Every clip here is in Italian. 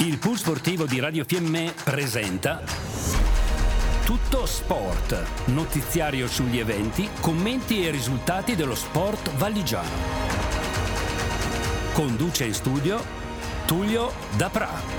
Il pool sportivo di Radio Fiemme presenta Tutto Sport, notiziario sugli eventi, commenti e risultati dello sport valligiano. Conduce in studio Tullio Dapra.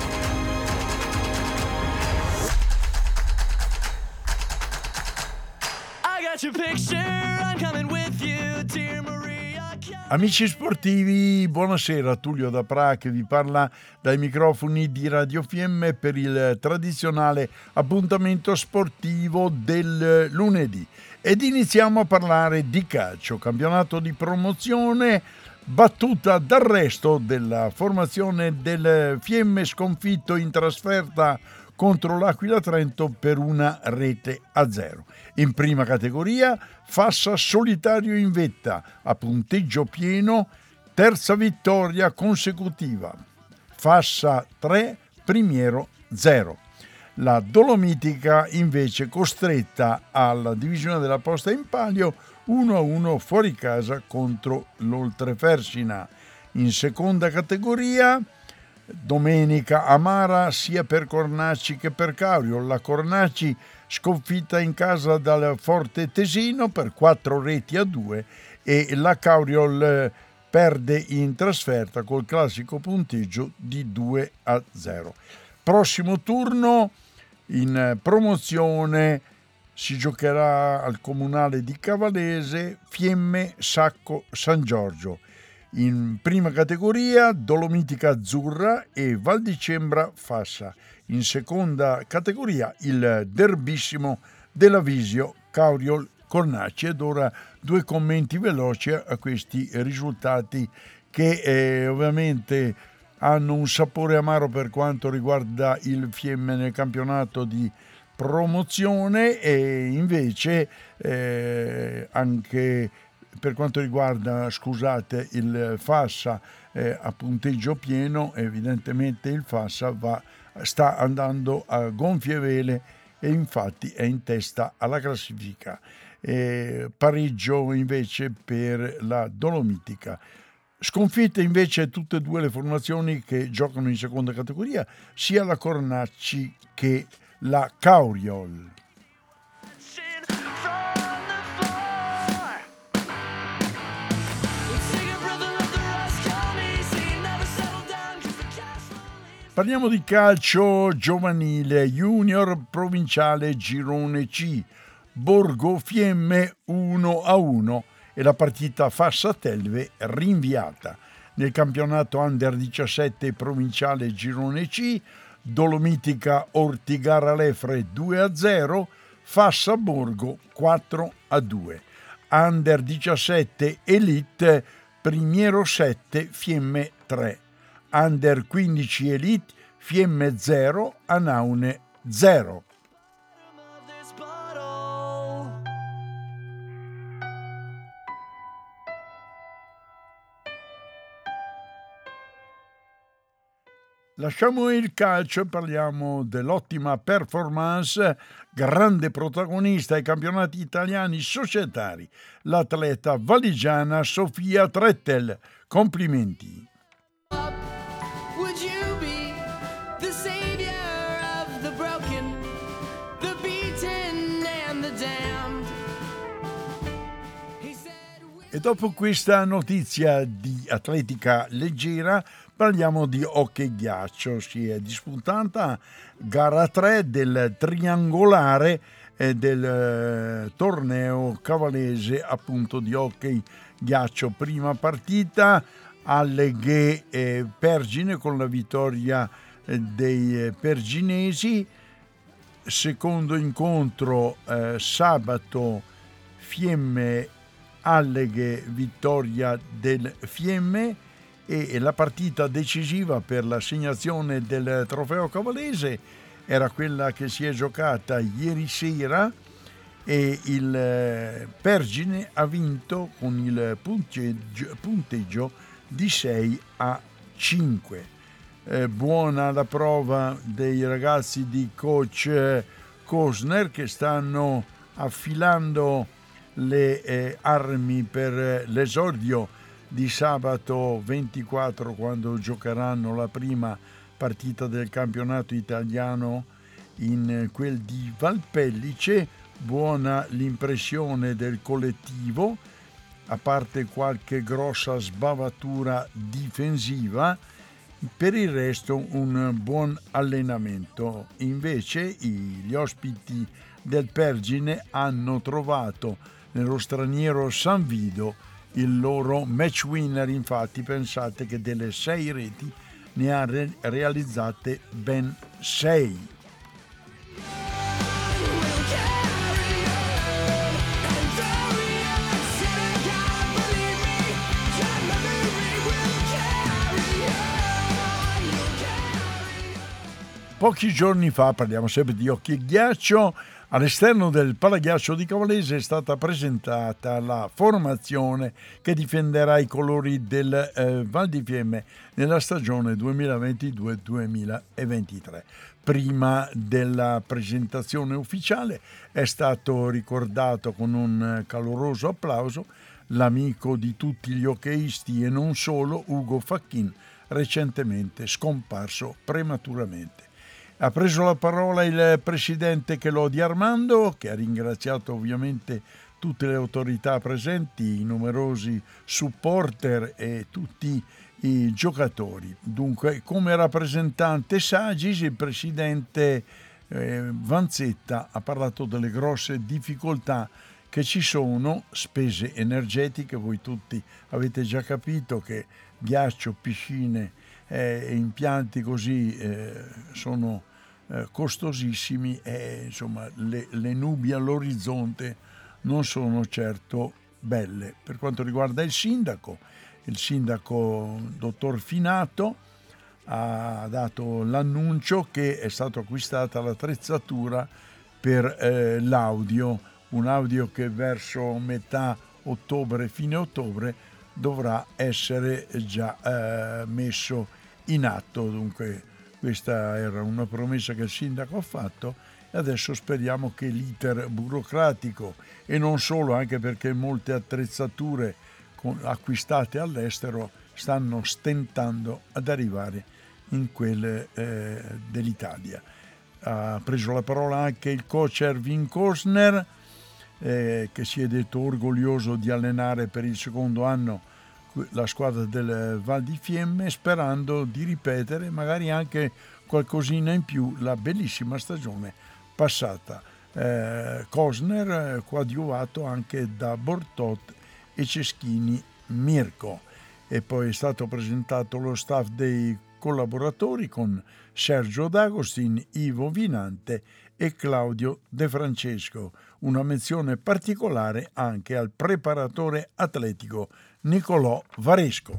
Amici sportivi, buonasera. Tullio Dapra che vi parla dai microfoni di Radio Fiemme per il tradizionale appuntamento sportivo del lunedì. Ed iniziamo a parlare di calcio, campionato di promozione, battuta d'arresto della formazione del Fiemme sconfitto in trasferta contro l'Aquila Trento per 1-0. In prima categoria, Fassa solitario in vetta, a punteggio pieno, terza vittoria consecutiva. Fassa 3, Primiero 0. La Dolomitica invece costretta alla divisione della posta in palio 1-1 fuori casa contro l'Oltrefersina. In seconda categoria, domenica amara sia per Cornacci che per Caurio. La Cornacci sconfitta in casa dal Forte Tesino per 4-2 e la Caurio perde in trasferta col classico punteggio di 2-0. Prossimo turno in promozione si giocherà al Comunale di Cavalese, Fiemme Sacco San Giorgio. In prima categoria Dolomitica Azzurra e Val di Cembra Fassa. In seconda categoria il derbissimo della Visio Caurio Cornacci. Ed ora due commenti veloci a questi risultati che ovviamente hanno un sapore amaro per quanto riguarda il Fiemme nel campionato di promozione e invece anche per quanto riguarda, il Fassa a punteggio pieno. Evidentemente il Fassa sta andando a gonfie vele e infatti è in testa alla classifica. Pareggio invece per la Dolomitica. Sconfitte invece tutte e due le formazioni che giocano in seconda categoria, sia la Cornacci che la Cauriol. Parliamo di calcio giovanile, junior provinciale girone C, Borgo Fiemme 1-1 e la partita Fassa-Telve rinviata. Nel campionato Under 17 provinciale girone C, Dolomitica Ortigara Lefre 2-0, Fassa Borgo 4-2. Under 17 Elite Primiero 7 Fiemme 3. Under 15 Elite, Fiemme 0, Anaune 0. Lasciamo il calcio e parliamo dell'ottima performance, grande protagonista ai campionati italiani societari, l'atleta valigiana Sofia Trettel. Complimenti. E dopo questa notizia di atletica leggera parliamo di hockey ghiaccio. Si è disputata gara 3 del triangolare del torneo cavalese appunto di hockey ghiaccio. Prima partita Alleghe Pergine con la vittoria dei perginesi. Secondo incontro sabato Fiemme Alleghe vittoria del Fiemme e la partita decisiva per l'assegnazione del trofeo cavalese era quella che si è giocata ieri sera e il Pergine ha vinto con il punteggio di 6-5. Buona la prova dei ragazzi di coach Kosner che stanno affilando le armi per l'esordio di sabato 24 quando giocheranno la prima partita del campionato italiano in quel di Valpellice. Buona l'impressione del collettivo, a parte qualche grossa sbavatura difensiva. Per il resto un buon allenamento. Invece gli ospiti del Pergine hanno trovato nello straniero Sanvido il loro match winner. Infatti pensate che delle 6 reti ne ha realizzate ben 6. Pochi giorni fa, parliamo sempre di hockey e ghiaccio, all'esterno del Palaghiaccio di Cavalese è stata presentata la formazione che difenderà i colori del Val di Fiemme nella stagione 2022-2023. Prima della presentazione ufficiale è stato ricordato con un caloroso applauso l'amico di tutti gli hockeyisti e non solo, Ugo Facchin, recentemente scomparso prematuramente. Ha preso la parola il presidente Chelodi Armando, che ha ringraziato ovviamente tutte le autorità presenti, i numerosi supporter e tutti i giocatori. Dunque, come rappresentante Sagis, il presidente Vanzetta ha parlato delle grosse difficoltà che ci sono, spese energetiche, voi tutti avete già capito che ghiaccio, piscine e impianti così sono costosissimi e insomma le nubi all'orizzonte non sono certo belle. Per quanto riguarda il sindaco dottor Finato ha dato l'annuncio che è stata acquistata l'attrezzatura per l'audio, un audio che verso metà ottobre, fine ottobre, dovrà essere già messo in atto. Dunque questa era una promessa che il sindaco ha fatto e adesso speriamo che l'iter burocratico e non solo, anche perché molte attrezzature acquistate all'estero stanno stentando ad arrivare in quelle dell'Italia. Ha preso la parola anche il coach Erwin Kosner, che si è detto orgoglioso di allenare per il secondo anno la squadra del Val di Fiemme, sperando di ripetere magari anche qualcosina in più la bellissima stagione passata. Kosner coadiuvato anche da Bortot e Ceschini Mirko. E poi è stato presentato lo staff dei collaboratori con Sergio D'Agostin, Ivo Vinante e Claudio De Francesco. Una menzione particolare anche al preparatore atletico Nicolò Varesco.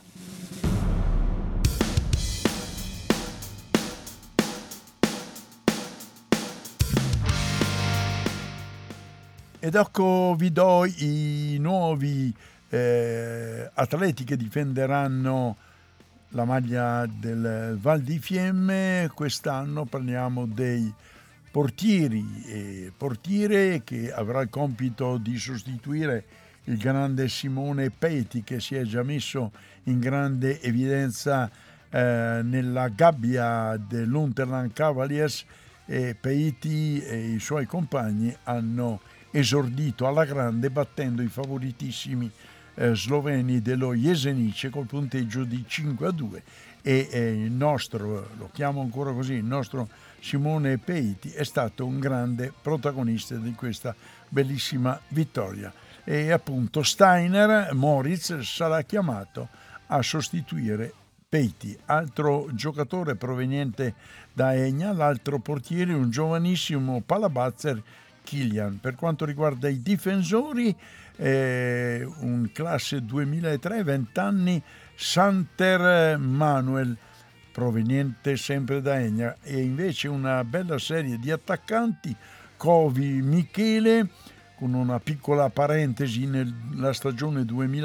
Ed ecco vi do i nuovi atleti che difenderanno la maglia del Val di Fiemme. Quest'anno parliamo dei portieri e portiere che avrà il compito di sostituire il grande Simone Peiti, che si è già messo in grande evidenza nella gabbia dell'Unterland Cavaliers, e Peiti e i suoi compagni hanno esordito alla grande battendo i favoritissimi sloveni dello Jesenice col punteggio di 5-2 e il nostro, lo chiamo ancora così, il nostro Simone Peiti è stato un grande protagonista di questa bellissima vittoria. E appunto Steiner, Moritz, sarà chiamato a sostituire Peiti. Altro giocatore proveniente da Egna, l'altro portiere, un giovanissimo palabazzer, Kilian. Per quanto riguarda i difensori, un classe 2003, 20 anni, Santer Manuel, proveniente sempre da Egna, e invece una bella serie di attaccanti, Covi Michele, con una piccola parentesi nella stagione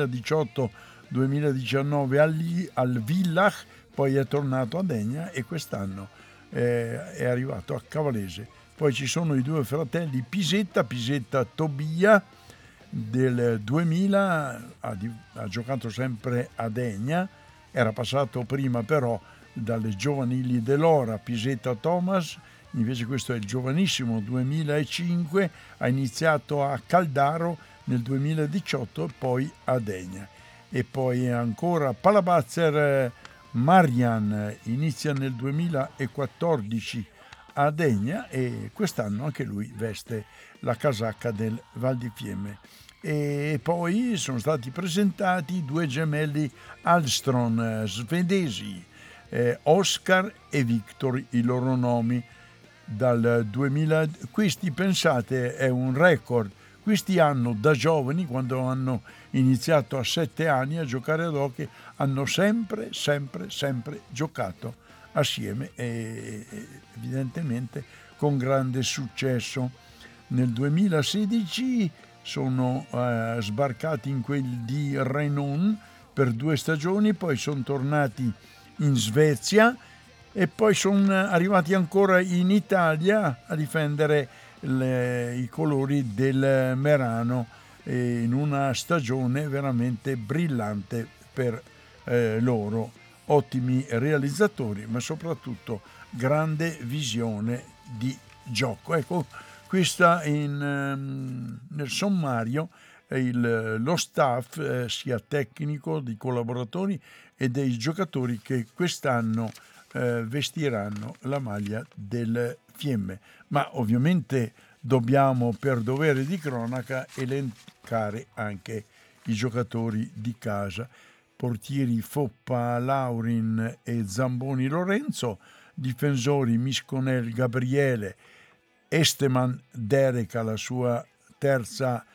2018-2019 al Villach, poi è tornato a Egna e quest'anno è arrivato a Cavalese. Poi ci sono i due fratelli Pisetta Tobia, del 2000, ha giocato sempre a Egna, era passato prima però dalle giovanili dell'Ora, Pisetta Thomas, invece questo è il giovanissimo 2005, ha iniziato a Caldaro nel 2018 e poi a Degna. E poi ancora Palabazzer Marian, inizia nel 2014 a Degna e quest'anno anche lui veste la casacca del Val di Fiemme. E poi sono stati presentati due gemelli Alstron svedesi, Oscar e Victor, i loro nomi, dal 2000. Questi, pensate, è un record. Questi hanno da giovani, quando hanno iniziato a 7 anni a giocare ad hockey, hanno sempre giocato assieme e evidentemente con grande successo. Nel 2016 sono sbarcati in quel di Renon per 2 stagioni, poi sono tornati in Svezia e poi sono arrivati ancora in Italia a difendere i colori del Merano in una stagione veramente brillante per loro. Ottimi realizzatori, ma soprattutto grande visione di gioco. Ecco, questa nel sommario lo staff sia tecnico, di collaboratori e dei giocatori che quest'anno vestiranno la maglia del Fiemme. Ma ovviamente dobbiamo, per dovere di cronaca, elencare anche i giocatori di casa: portieri Foppa Laurin e Zamboni Lorenzo, difensori Misconel Gabriele, Esteman Derek alla sua terza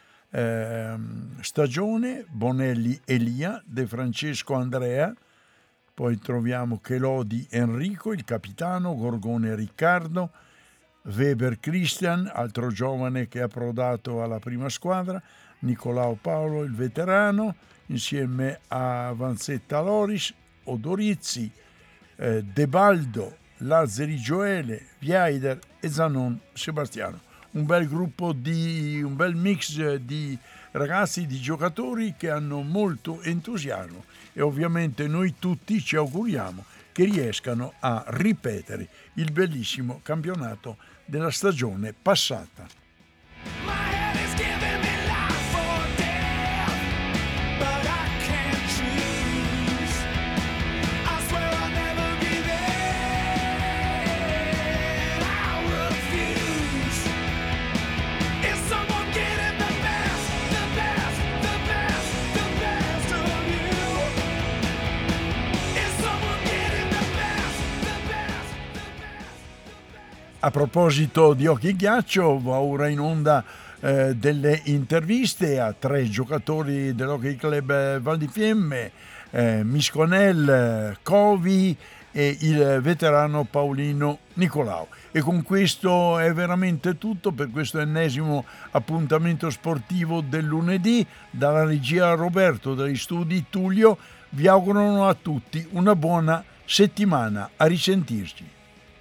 stagione, Bonelli Elia, De Francesco Andrea, poi troviamo Chelodi Enrico, il capitano, Gorgone Riccardo, Weber Christian, altro giovane che è approdato alla prima squadra, Nicolao Paolo, il veterano, insieme a Vanzetta Loris, Odorizzi, De Baldo, Lazzari Gioele, Viaider e Zanon Sebastiano. Un bel gruppo, un bel mix di ragazzi, di giocatori che hanno molto entusiasmo e ovviamente noi tutti ci auguriamo che riescano a ripetere il bellissimo campionato della stagione passata. A proposito di hockey ghiaccio, va ora in onda delle interviste a 3 giocatori dell'Hockey Club Val di Fiemme, Misconel, Covi e il veterano Paolino Nicolau. E con questo è veramente tutto per questo ennesimo appuntamento sportivo del lunedì. Dalla regia Roberto, dagli studi Tullio, vi augurano a tutti una buona settimana. A risentirci.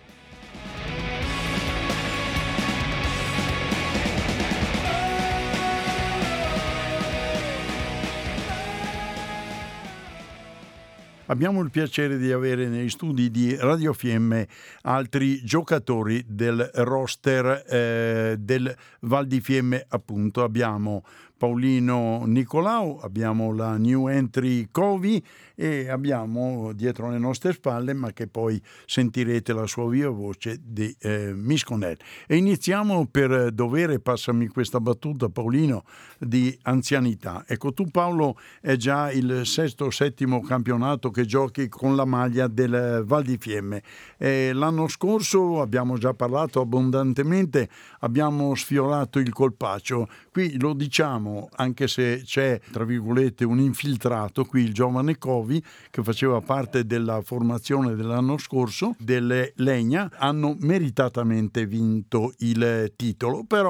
Abbiamo il piacere di avere negli studi di Radio Fiemme altri giocatori del roster del Val di Fiemme, appunto. Abbiamo Paolino Nicolau, abbiamo la new entry Covi e abbiamo dietro le nostre spalle, ma che poi sentirete la sua viva voce, di Misconel. E iniziamo, per dovere, passami questa battuta Paolino, di anzianità. Ecco, tu Paolo è già il 6º o 7º campionato che giochi con la maglia del Val di Fiemme. L'anno scorso, abbiamo già parlato abbondantemente, abbiamo sfiorato il colpaccio. Qui lo diciamo, anche se c'è, tra virgolette, un infiltrato, qui il giovane Covi, che faceva parte della formazione dell'anno scorso, delle Legna, hanno meritatamente vinto il titolo, però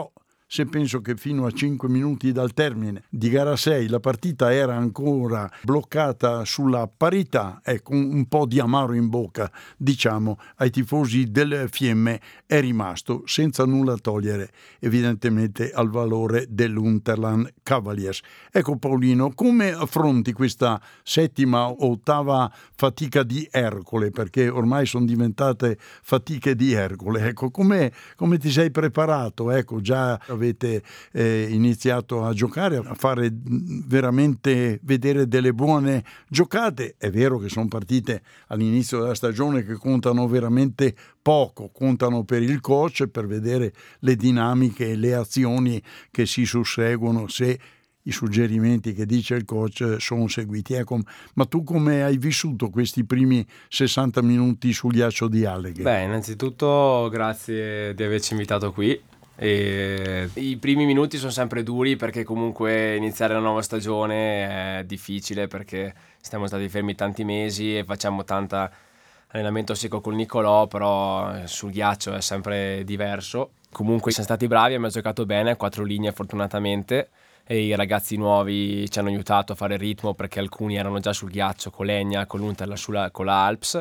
se penso che fino a 5 minuti dal termine di gara 6 la partita era ancora bloccata sulla parità, ecco, un po' di amaro in bocca, diciamo, ai tifosi del Fiemme è rimasto, senza nulla togliere evidentemente al valore dell'Unterland Cavaliers. Ecco Paolino, come affronti questa settima o ottava fatica di Ercole, perché ormai sono diventate fatiche di Ercole, ecco, come ti sei preparato? Ecco, già avete iniziato a giocare, a fare veramente vedere delle buone giocate. È vero che sono partite all'inizio della stagione che contano veramente poco, contano per il coach, per vedere le dinamiche e le azioni che si susseguono, se i suggerimenti che dice il coach sono seguiti. Ecco, ma tu come hai vissuto questi primi 60 minuti sul ghiaccio di Alleghe? Beh, innanzitutto grazie di averci invitato qui. E i primi minuti sono sempre duri perché comunque iniziare la nuova stagione è difficile perché siamo stati fermi tanti mesi e facciamo tanta allenamento secco col Nicolò, però sul ghiaccio è sempre diverso. Comunque siamo stati bravi, abbiamo giocato bene, 4 linee fortunatamente, e i ragazzi nuovi ci hanno aiutato a fare il ritmo perché alcuni erano già sul ghiaccio con l'Egna, con l'Unter, con la Alps.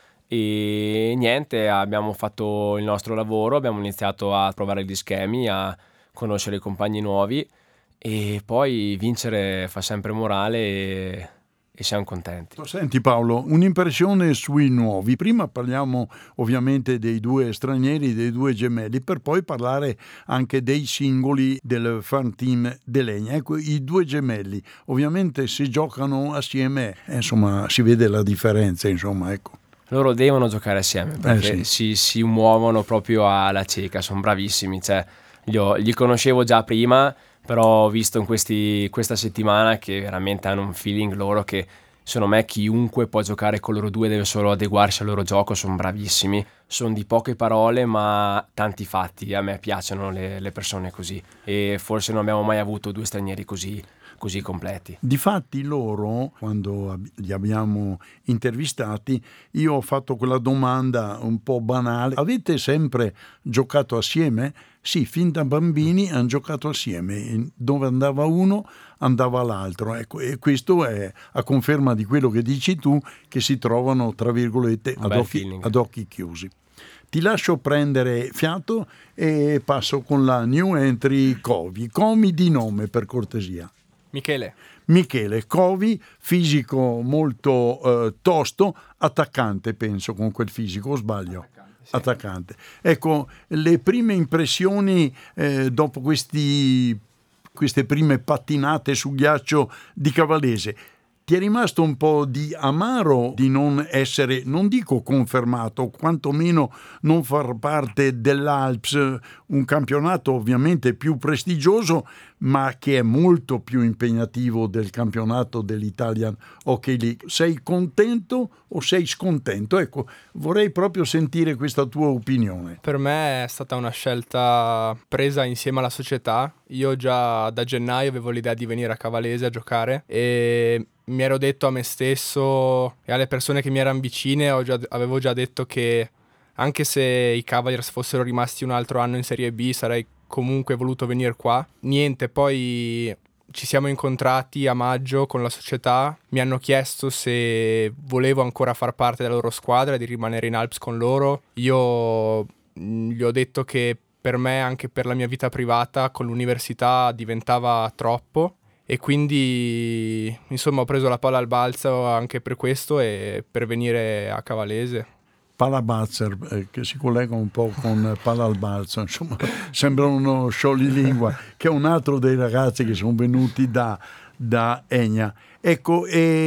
E niente, abbiamo fatto il nostro lavoro, abbiamo iniziato a provare gli schemi, a conoscere i compagni nuovi e poi vincere fa sempre morale e siamo contenti. Senti Paolo, un'impressione sui nuovi. Prima parliamo ovviamente dei 2 stranieri, dei 2 gemelli, per poi parlare anche dei singoli del fan team dell'Egna. Ecco, i 2 gemelli, ovviamente se giocano assieme, insomma, si vede la differenza, insomma, ecco. Loro devono giocare assieme perché si muovono proprio alla cieca, sono bravissimi, cioè, li conoscevo già prima, però ho visto in questa settimana che veramente hanno un feeling loro che secondo me chiunque può giocare con loro due, deve solo adeguarsi al loro gioco, sono bravissimi, sono di poche parole ma tanti fatti, a me piacciono le persone così e forse non abbiamo mai avuto 2 stranieri così completi. Difatti loro, quando li abbiamo intervistati, io ho fatto quella domanda un po' banale: avete sempre giocato assieme? Sì, fin da bambini hanno giocato assieme, dove andava uno andava l'altro, ecco, e questo è a conferma di quello che dici tu, che si trovano tra virgolette ad occhi chiusi. Ti lascio prendere fiato e passo con la new entry Covi. Comi di nome, per cortesia. Michele Covi, fisico molto tosto, attaccante penso, con quel fisico, o sbaglio? Attaccante. Ecco, le prime impressioni dopo queste prime pattinate su ghiaccio di Cavallese. Ti è rimasto un po' di amaro di non essere, non dico confermato, quantomeno non far parte dell'Alps, un campionato ovviamente più prestigioso, ma che è molto più impegnativo del campionato dell'Italian Hockey League. Sei contento o sei scontento? Ecco, vorrei proprio sentire questa tua opinione. Per me è stata una scelta presa insieme alla società. Io già da gennaio avevo l'idea di venire a Cavallese a giocare e mi ero detto a me stesso e alle persone che mi erano vicine, avevo già detto che anche se i Cavaliers fossero rimasti un altro anno in Serie B sarei comunque voluto venire qua. Niente, poi ci siamo incontrati a maggio con la società, mi hanno chiesto se volevo ancora far parte della loro squadra e di rimanere in Alps con loro. Io gli ho detto che per me, anche per la mia vita privata, con l'università diventava troppo. E quindi insomma ho preso la palla al balzo anche per questo e per venire a Cavallese. Palabalzer, che si collega un po' con palla al balzo, insomma sembra uno scioglimingua, che è un altro dei ragazzi che sono venuti da Egna. Ecco,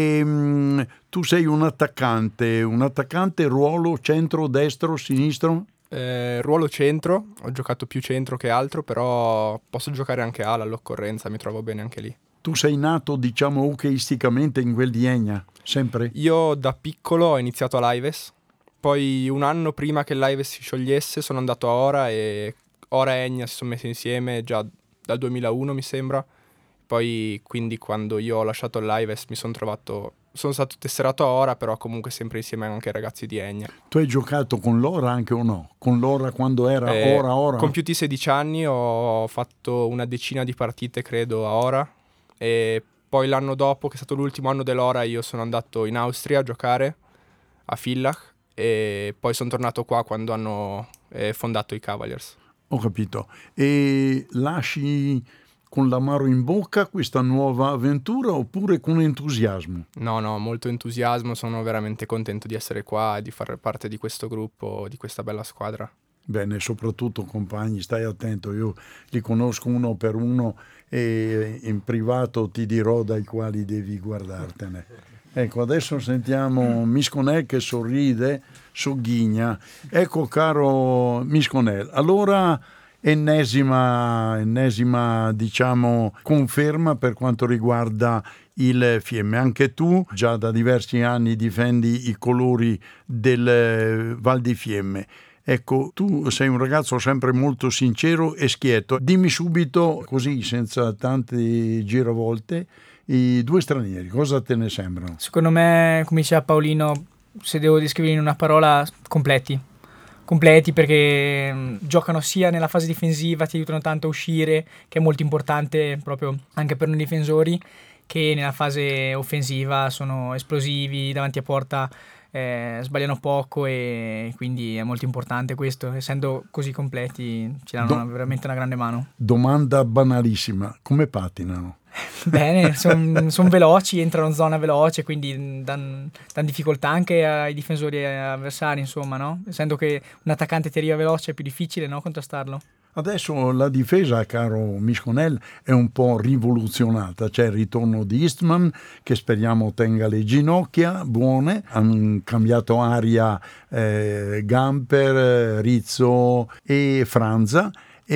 tu sei un attaccante ruolo centro, destro, sinistro? Ruolo centro, ho giocato più centro che altro, però posso giocare anche ala all'occorrenza, mi trovo bene anche lì. Tu sei nato, diciamo, hockeyisticamente in quel di Egna, sempre? Io da piccolo ho iniziato a Lives, poi un anno prima che Lives si sciogliesse sono andato a Ora e Ora e Egna si sono messi insieme già dal 2001 mi sembra, poi quindi quando io ho lasciato il Lives mi sono trovato sono stato tesserato a Ora, però comunque sempre insieme anche ai ragazzi di Egna. Tu hai giocato con l'Ora anche o no? Con l'Ora quando era Ora? Compiuti 16 anni ho fatto una decina di partite credo a Ora, e poi l'anno dopo, che è stato l'ultimo anno dell'Ora, io sono andato in Austria a giocare a Villach e poi sono tornato qua quando hanno fondato i Cavaliers. Ho capito. E lasci con l'amaro in bocca questa nuova avventura oppure con entusiasmo? No, molto entusiasmo, sono veramente contento di essere qua e di fare parte di questo gruppo, di questa bella squadra. Bene, soprattutto compagni, stai attento, io li conosco uno per uno e in privato ti dirò dai quali devi guardartene. Ecco, adesso sentiamo Misconel che sorride, sogghigna. Ecco, caro Misconel, allora ennesima diciamo conferma per quanto riguarda il Fiemme. Anche tu già da diversi anni difendi i colori del Val di Fiemme. Ecco, tu sei un ragazzo sempre molto sincero e schietto. Dimmi subito, così senza tante giravolte, i due stranieri, cosa te ne sembrano? Secondo me, come diceva Paolino, se devo descriverli in una parola, completi perché giocano sia nella fase difensiva, ti aiutano tanto a uscire, che è molto importante proprio anche per noi difensori, che nella fase offensiva sono esplosivi, davanti a porta sbagliano poco, e quindi è molto importante questo, essendo così completi ci danno veramente una grande mano. Domanda banalissima, come pattinano? Bene, sono veloci, entrano in zona veloce, quindi danno difficoltà anche ai difensori avversari, insomma, no? Essendo che un attaccante ti arriva veloce è più difficile, no, contrastarlo. Adesso la difesa, caro Misconel, è un po' rivoluzionata. C'è il ritorno di Eastman, che speriamo tenga le ginocchia buone. Hanno cambiato aria Gamper, Rizzo e Franza.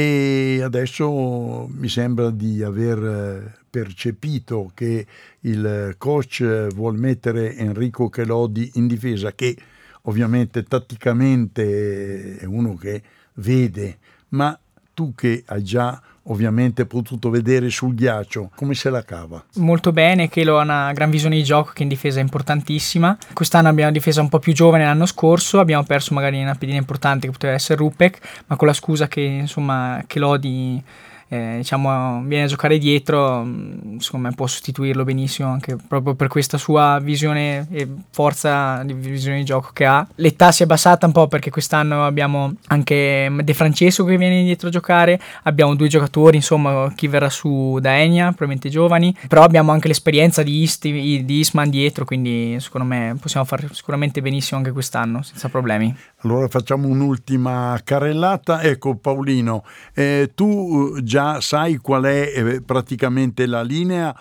E adesso mi sembra di aver percepito che il coach vuol mettere Enrico Chelodi in difesa, che ovviamente tatticamente è uno che vede, ma tu che hai già ovviamente potuto vedere sul ghiaccio, come se la cava? Molto bene, Chelo ha una gran visione di gioco che in difesa è importantissima. Quest'anno abbiamo una difesa un po' più giovane, l'anno scorso abbiamo perso magari una pedina importante che poteva essere Rupek, ma con la scusa che insomma Chelodi viene a giocare dietro, secondo me può sostituirlo benissimo, anche proprio per questa sua visione e forza di visione di gioco che ha. L'età si è abbassata un po' perché quest'anno abbiamo anche De Francesco che viene dietro a giocare, abbiamo due giocatori, insomma chi verrà su da Egna, probabilmente giovani, però abbiamo anche l'esperienza di Eastman dietro, quindi secondo me possiamo fare sicuramente benissimo anche quest'anno senza problemi. Allora facciamo un'ultima carrellata. Ecco Paolino, tu già sai qual è praticamente la linea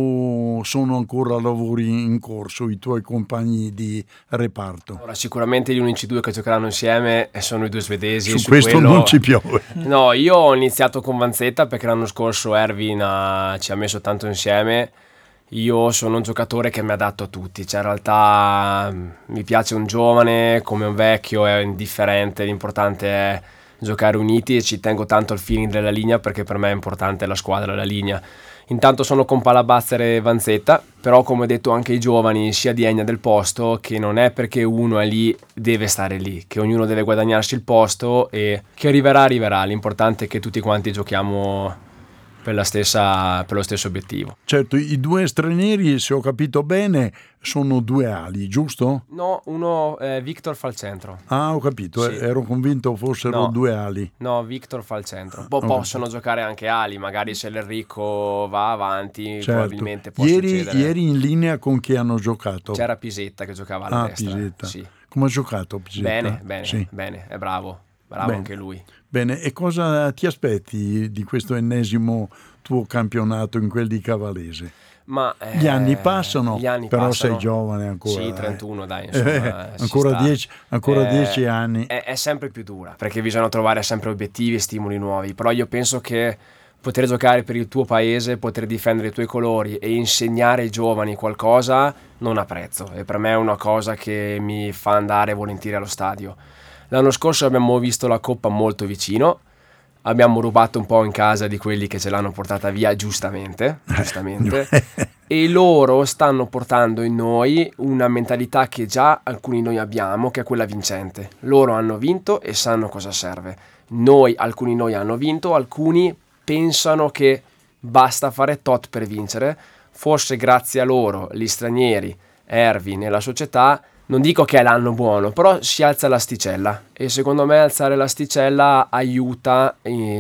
o sono ancora lavori in corso i tuoi compagni di reparto? Allora, sicuramente gli unici due che giocheranno insieme sono i due svedesi. Su questo quello non ci piove. No, io ho iniziato con Vanzetta perché l'anno scorso Erwin ci ha messo tanto insieme. Io sono un giocatore che mi adatto a tutti, cioè in realtà mi piace un giovane come un vecchio, è indifferente, l'importante è giocare uniti e ci tengo tanto al feeling della linea perché per me è importante la squadra, la linea. Intanto sono con Palabazzer e Vanzetta, però come ho detto anche i giovani sia di Egna del posto, che non è perché uno è lì deve stare lì, che ognuno deve guadagnarsi il posto e che arriverà, l'importante è che tutti quanti giochiamo per lo stesso obiettivo. Certo, i due stranieri, se ho capito bene, sono due ali, giusto? No, uno Victor fa il centro. Ah, ho capito, sì. Ero convinto fossero due ali. No, Victor fa il centro. Possono giocare anche ali, magari se l'Enrico va avanti, certo. Probabilmente può succedere. Ieri in linea con chi hanno giocato? C'era Pisetta che giocava alla destra. Pisetta. Sì. Come ha giocato Pisetta? Bene, sì. Bene, è bravo. Bravo anche lui. Bene, e cosa ti aspetti di questo ennesimo tuo campionato in quel di Cavalese? Ma gli anni passano, però sei giovane ancora. Sì, 31 dai, insomma. ancora 10 anni. È sempre più dura, perché bisogna trovare sempre obiettivi e stimoli nuovi, però io penso che poter giocare per il tuo paese, poter difendere i tuoi colori e insegnare ai giovani qualcosa non ha prezzo, e per me è una cosa che mi fa andare volentieri allo stadio. L'anno scorso abbiamo visto la Coppa molto vicino, abbiamo rubato un po' in casa di quelli che ce l'hanno portata via giustamente. E loro stanno portando in noi una mentalità che già alcuni di noi abbiamo, che è quella vincente. Loro hanno vinto e sanno cosa serve. Alcuni di noi hanno vinto, alcuni pensano che basta fare tot per vincere. Forse grazie a loro, gli stranieri, Erwin e la società, non dico che è l'anno buono, però si alza l'asticella, e secondo me alzare l'asticella aiuta,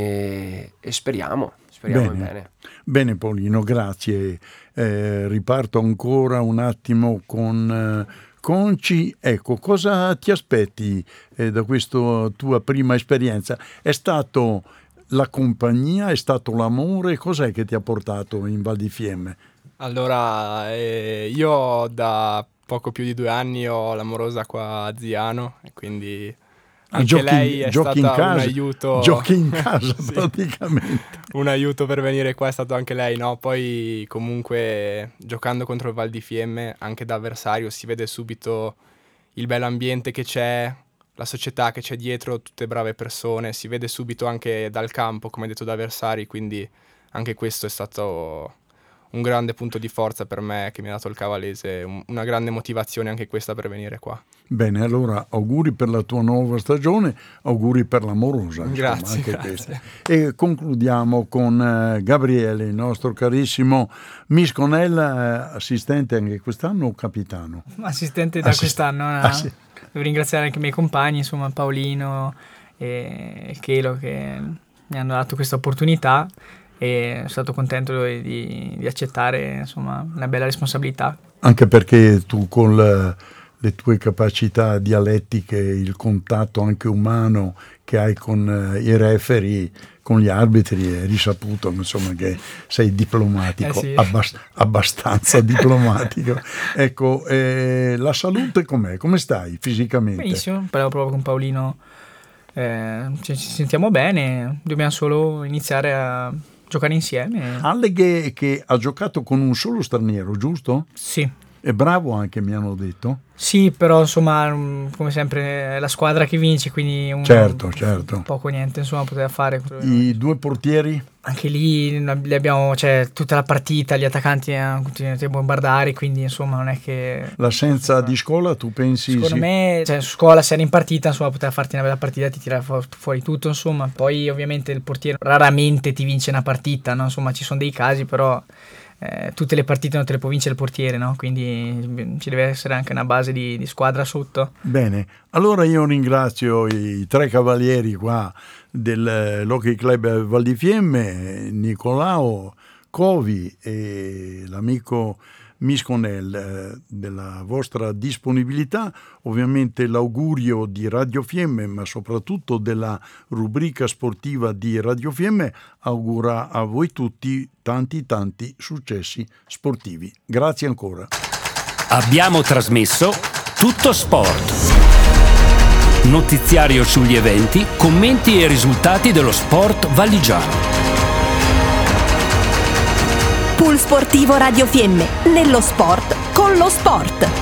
e speriamo bene. Bene Paolino, grazie. Riparto ancora un attimo con Conci. Ecco, cosa ti aspetti da questa tua prima esperienza? È stato la compagnia, è stato l'amore? Cos'è che ti ha portato in Val di Fiemme? Allora, io da poco più di 2 anni ho l'amorosa qua a Ziano, e quindi anche lei è stata un aiuto. Giochi in casa sì, praticamente. Un aiuto per venire qua è stato anche lei, no? Poi comunque giocando contro il Val di Fiemme, anche da avversario, si vede subito il bell'ambiente che c'è, la società che c'è dietro, tutte brave persone, si vede subito anche dal campo, come detto da avversari, quindi anche questo è stato un grande punto di forza per me, che mi ha dato il Cavalese, una grande motivazione anche questa per venire qua. Bene, allora auguri per la tua nuova stagione, auguri per l'amorosa. Grazie, insomma, anche grazie. E concludiamo con Gabriele, il nostro carissimo Misconel, assistente anche quest'anno o capitano? Assistente da quest'anno. Sì. Devo ringraziare anche i miei compagni, insomma Paolino e Chelo, che mi hanno dato questa opportunità, e sono stato contento di accettare, insomma, una bella responsabilità. Anche perché tu con le tue capacità dialettiche, il contatto anche umano che hai con i referee, con gli arbitri, è risaputo, insomma, che sei diplomatico, sì. abbastanza diplomatico. Ecco, la salute com'è? Come stai fisicamente? Benissimo, parlavo proprio con Paolino, ci sentiamo bene, dobbiamo solo iniziare a giocare insieme. Alleghe che ha giocato con un solo straniero, giusto? Sì. È bravo anche, mi hanno detto. Sì, però insomma, come sempre è la squadra che vince, quindi certo. poco niente insomma poteva fare. I 2 portieri? Anche lì li abbiamo, cioè tutta la partita, gli attaccanti hanno continuato a bombardare, quindi insomma non è che... L'assenza di scuola, tu pensi? Secondo me, cioè, su scuola se eri in partita, insomma poteva farti una bella partita, ti tirava fuori tutto, insomma. Poi ovviamente il portiere raramente ti vince una partita, no? Insomma ci sono dei casi, però... tutte le partite non te le può vincere il portiere, no? Quindi ci deve essere anche una base di squadra sotto. Bene, allora io ringrazio i 3 cavalieri qua dell'Hockey Club Val di Fiemme, Nicolao, Covi e l'amico Misconel, della vostra disponibilità, ovviamente l'augurio di Radio Fiemme, ma soprattutto della rubrica sportiva di Radio Fiemme, augura a voi tutti tanti successi sportivi. Grazie ancora. Abbiamo trasmesso Tutto Sport. Notiziario sugli eventi, commenti e risultati dello sport valigiano. Pool sportivo Radio Fiemme, nello sport con lo sport.